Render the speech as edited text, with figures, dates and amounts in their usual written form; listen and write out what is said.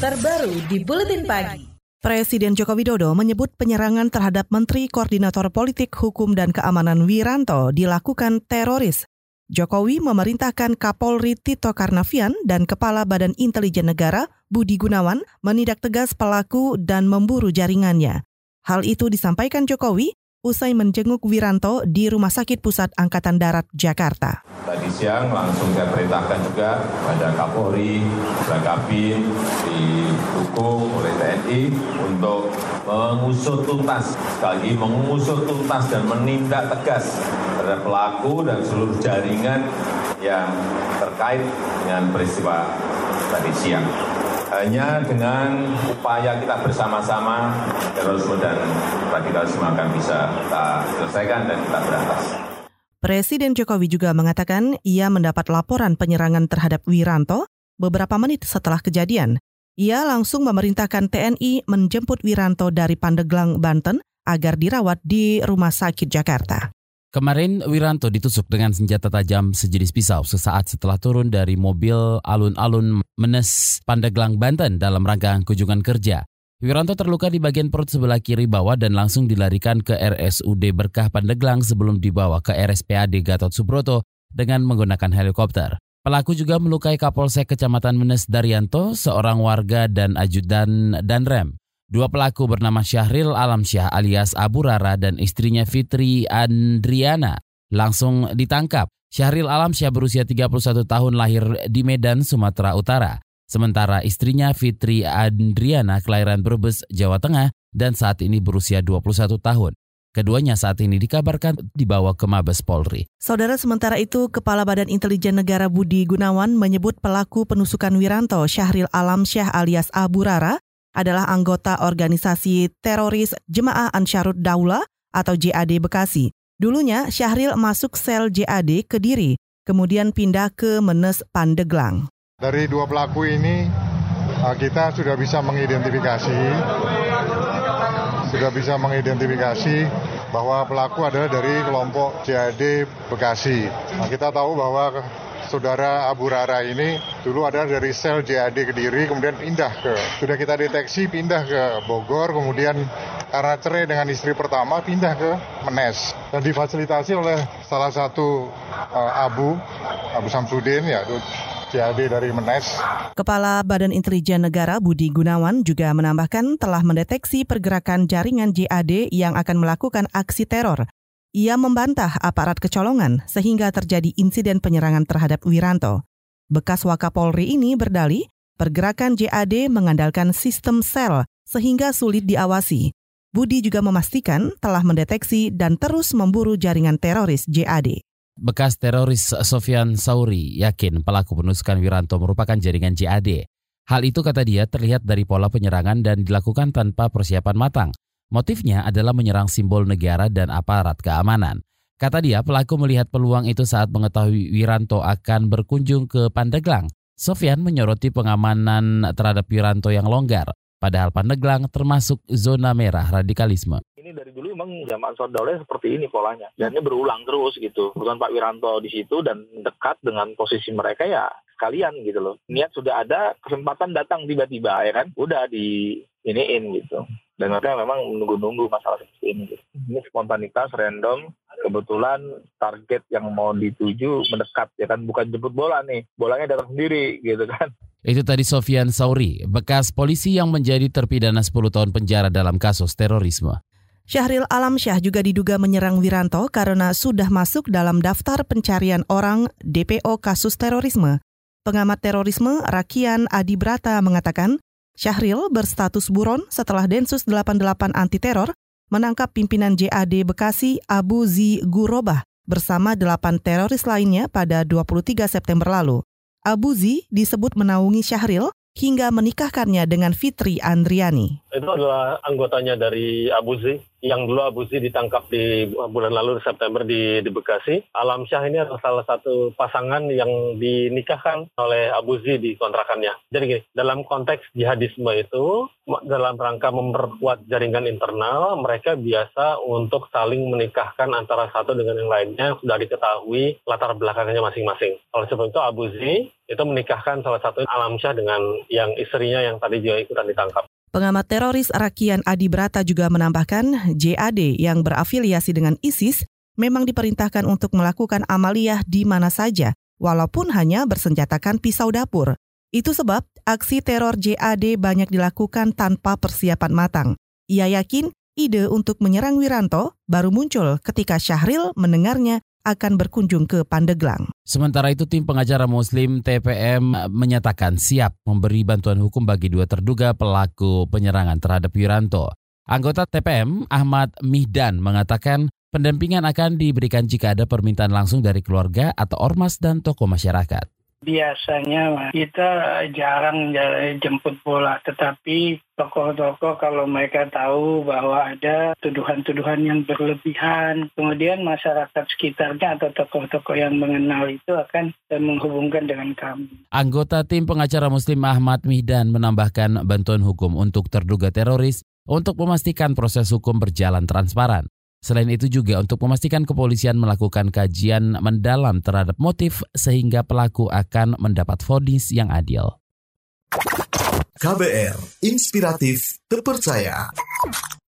terbaru di Buletin Pagi. Presiden Joko Widodo menyebut penyerangan terhadap Menteri Koordinator Politik, Hukum, dan Keamanan Wiranto dilakukan teroris. Jokowi memerintahkan Kapolri Tito Karnavian dan Kepala Badan Intelijen Negara Budi Gunawan menindak tegas pelaku dan memburu jaringannya. Hal itu disampaikan Jokowi usai menjenguk Wiranto di Rumah Sakit Pusat Angkatan Darat Jakarta. Tadi siang langsung saya perintahkan juga pada Kapolri, Kabin, didukung oleh TNI untuk mengusut tuntas, sekali lagi mengusut tuntas dan menindak tegas terhadap pelaku dan seluruh jaringan yang terkait dengan peristiwa tadi siang. Hanya dengan upaya kita bersama-sama, terorisme dan radikalisme akan bisa kita selesaikan dan kita berantas. Presiden Jokowi juga mengatakan ia mendapat laporan penyerangan terhadap Wiranto beberapa menit setelah kejadian. Ia langsung memerintahkan TNI menjemput Wiranto dari Pandeglang, Banten agar dirawat di Rumah Sakit Jakarta. Kemarin Wiranto ditusuk dengan senjata tajam sejenis pisau sesaat setelah turun dari mobil alun-alun Menes, Pandeglang, Banten dalam rangka kunjungan kerja. Wiranto terluka di bagian perut sebelah kiri bawah dan langsung dilarikan ke RSUD Berkah Pandeglang sebelum dibawa ke RSPAD Gatot Subroto dengan menggunakan helikopter. Pelaku juga melukai Kapolsek Kecamatan Menes Daryanto, seorang warga dan ajudan Danrem. Dua pelaku bernama Syahril Alamsyah alias Abu Rara dan istrinya Fitri Andriana langsung ditangkap. Syahril Alamsyah berusia 31 tahun, lahir di Medan, Sumatera Utara. Sementara istrinya Fitri Andriana kelahiran Brebes, Jawa Tengah dan saat ini berusia 21 tahun. Keduanya saat ini dikabarkan dibawa ke Mabes Polri. Saudara, sementara itu Kepala Badan Intelijen Negara Budi Gunawan menyebut pelaku penusukan Wiranto, Syahril Alamsyah alias Abu Rara, adalah anggota organisasi teroris Jemaah Ansharud Daulah atau JAD Bekasi. Dulunya Syahril masuk sel JAD Kediri, kemudian pindah ke Menes Pandeglang. Dari dua pelaku ini kita sudah bisa mengidentifikasi bahwa pelaku adalah dari kelompok JAD Bekasi. Kita tahu bahwa Saudara Abu Rara ini dulu ada dari sel JAD Kediri, kemudian sudah kita deteksi pindah ke Bogor, kemudian karena cerai dengan istri pertama pindah ke Menes. Dan difasilitasi oleh salah satu Abu Samsudin, ya JAD dari Menes. Kepala Badan Intelijen Negara Budi Gunawan juga menambahkan telah mendeteksi pergerakan jaringan JAD yang akan melakukan aksi teror. Ia membantah aparat kecolongan sehingga terjadi insiden penyerangan terhadap Wiranto. Bekas Wakapolri ini berdalih pergerakan JAD mengandalkan sistem sel sehingga sulit diawasi. Budi juga memastikan telah mendeteksi dan terus memburu jaringan teroris JAD. Bekas teroris Sofyan Sauri yakin pelaku penusukan Wiranto merupakan jaringan JAD. Hal itu, kata dia, terlihat dari pola penyerangan dan dilakukan tanpa persiapan matang. Motifnya adalah menyerang simbol negara dan aparat keamanan. Kata dia, pelaku melihat peluang itu saat mengetahui Wiranto akan berkunjung ke Pandeglang. Sofyan menyoroti pengamanan terhadap Wiranto yang longgar, padahal Pandeglang termasuk zona merah radikalisme. Ini dari dulu memang zaman Ansharud Daulah seperti ini polanya. Dan ini berulang terus gitu. Bukan Pak Wiranto di situ dan dekat dengan posisi mereka ya sekalian gitu loh. Niat sudah ada, kesempatan datang tiba-tiba ya kan. Udah iniin gitu. Dan mereka memang menunggu-nunggu masalah seperti ini. Ini spontanitas, random, kebetulan target yang mau dituju mendekat, ya kan, bukan jemput bola nih, bolanya datang sendiri, gitu kan. Itu tadi Sofyan Sauri, bekas polisi yang menjadi terpidana 10 tahun penjara dalam kasus terorisme. Syahril Alamsyah juga diduga menyerang Wiranto karena sudah masuk dalam daftar pencarian orang DPO kasus terorisme. Pengamat terorisme Rakian Adibrata mengatakan, Syahril berstatus buron setelah Densus 88 anti-teror menangkap pimpinan JAD Bekasi Abu Zi Gurobah bersama 8 teroris lainnya pada 23 September lalu. Abu Zi disebut menaungi Syahril hingga menikahkannya dengan Fitri Andriani. itu adalah anggotanya dari Abu Zi. Yang dulu Abu Zi ditangkap di bulan lalu September di Bekasi. Alamsyah ini adalah salah satu pasangan yang dinikahkan oleh Abu Zi di kontrakannya. Jadi gini, dalam konteks jihadisme itu, dalam rangka memperkuat jaringan internal, mereka biasa untuk saling menikahkan antara satu dengan yang lainnya yang sudah diketahui latar belakangnya masing-masing. Oleh sebab itu Abu Zi itu menikahkan salah satu Alamsyah dengan yang istrinya yang tadi juga ikutan ditangkap. Pengamat teroris Rakian Adi Brata juga menambahkan JAD yang berafiliasi dengan ISIS memang diperintahkan untuk melakukan amaliyah di mana saja, walaupun hanya bersenjatakan pisau dapur. Itu sebab aksi teror JAD banyak dilakukan tanpa persiapan matang. Ia yakin ide untuk menyerang Wiranto baru muncul ketika Syahril mendengarnya akan berkunjung ke Pandeglang. Sementara itu, tim pengacara Muslim TPM menyatakan siap memberi bantuan hukum bagi 2 terduga pelaku penyerangan terhadap Wiranto. Anggota TPM Ahmad Mihdan mengatakan pendampingan akan diberikan jika ada permintaan langsung dari keluarga atau ormas dan tokoh masyarakat. Biasanya kita jarang jemput bola, tetapi tokoh-tokoh kalau mereka tahu bahwa ada tuduhan-tuduhan yang berlebihan, kemudian masyarakat sekitarnya atau tokoh-tokoh yang mengenal itu akan menghubungkan dengan kami. Anggota tim pengacara Muslim Ahmad Mihdan menambahkan bantuan hukum untuk terduga teroris untuk memastikan proses hukum berjalan transparan. Selain itu juga untuk memastikan kepolisian melakukan kajian mendalam terhadap motif sehingga pelaku akan mendapat vonis yang adil. KBR, inspiratif, terpercaya.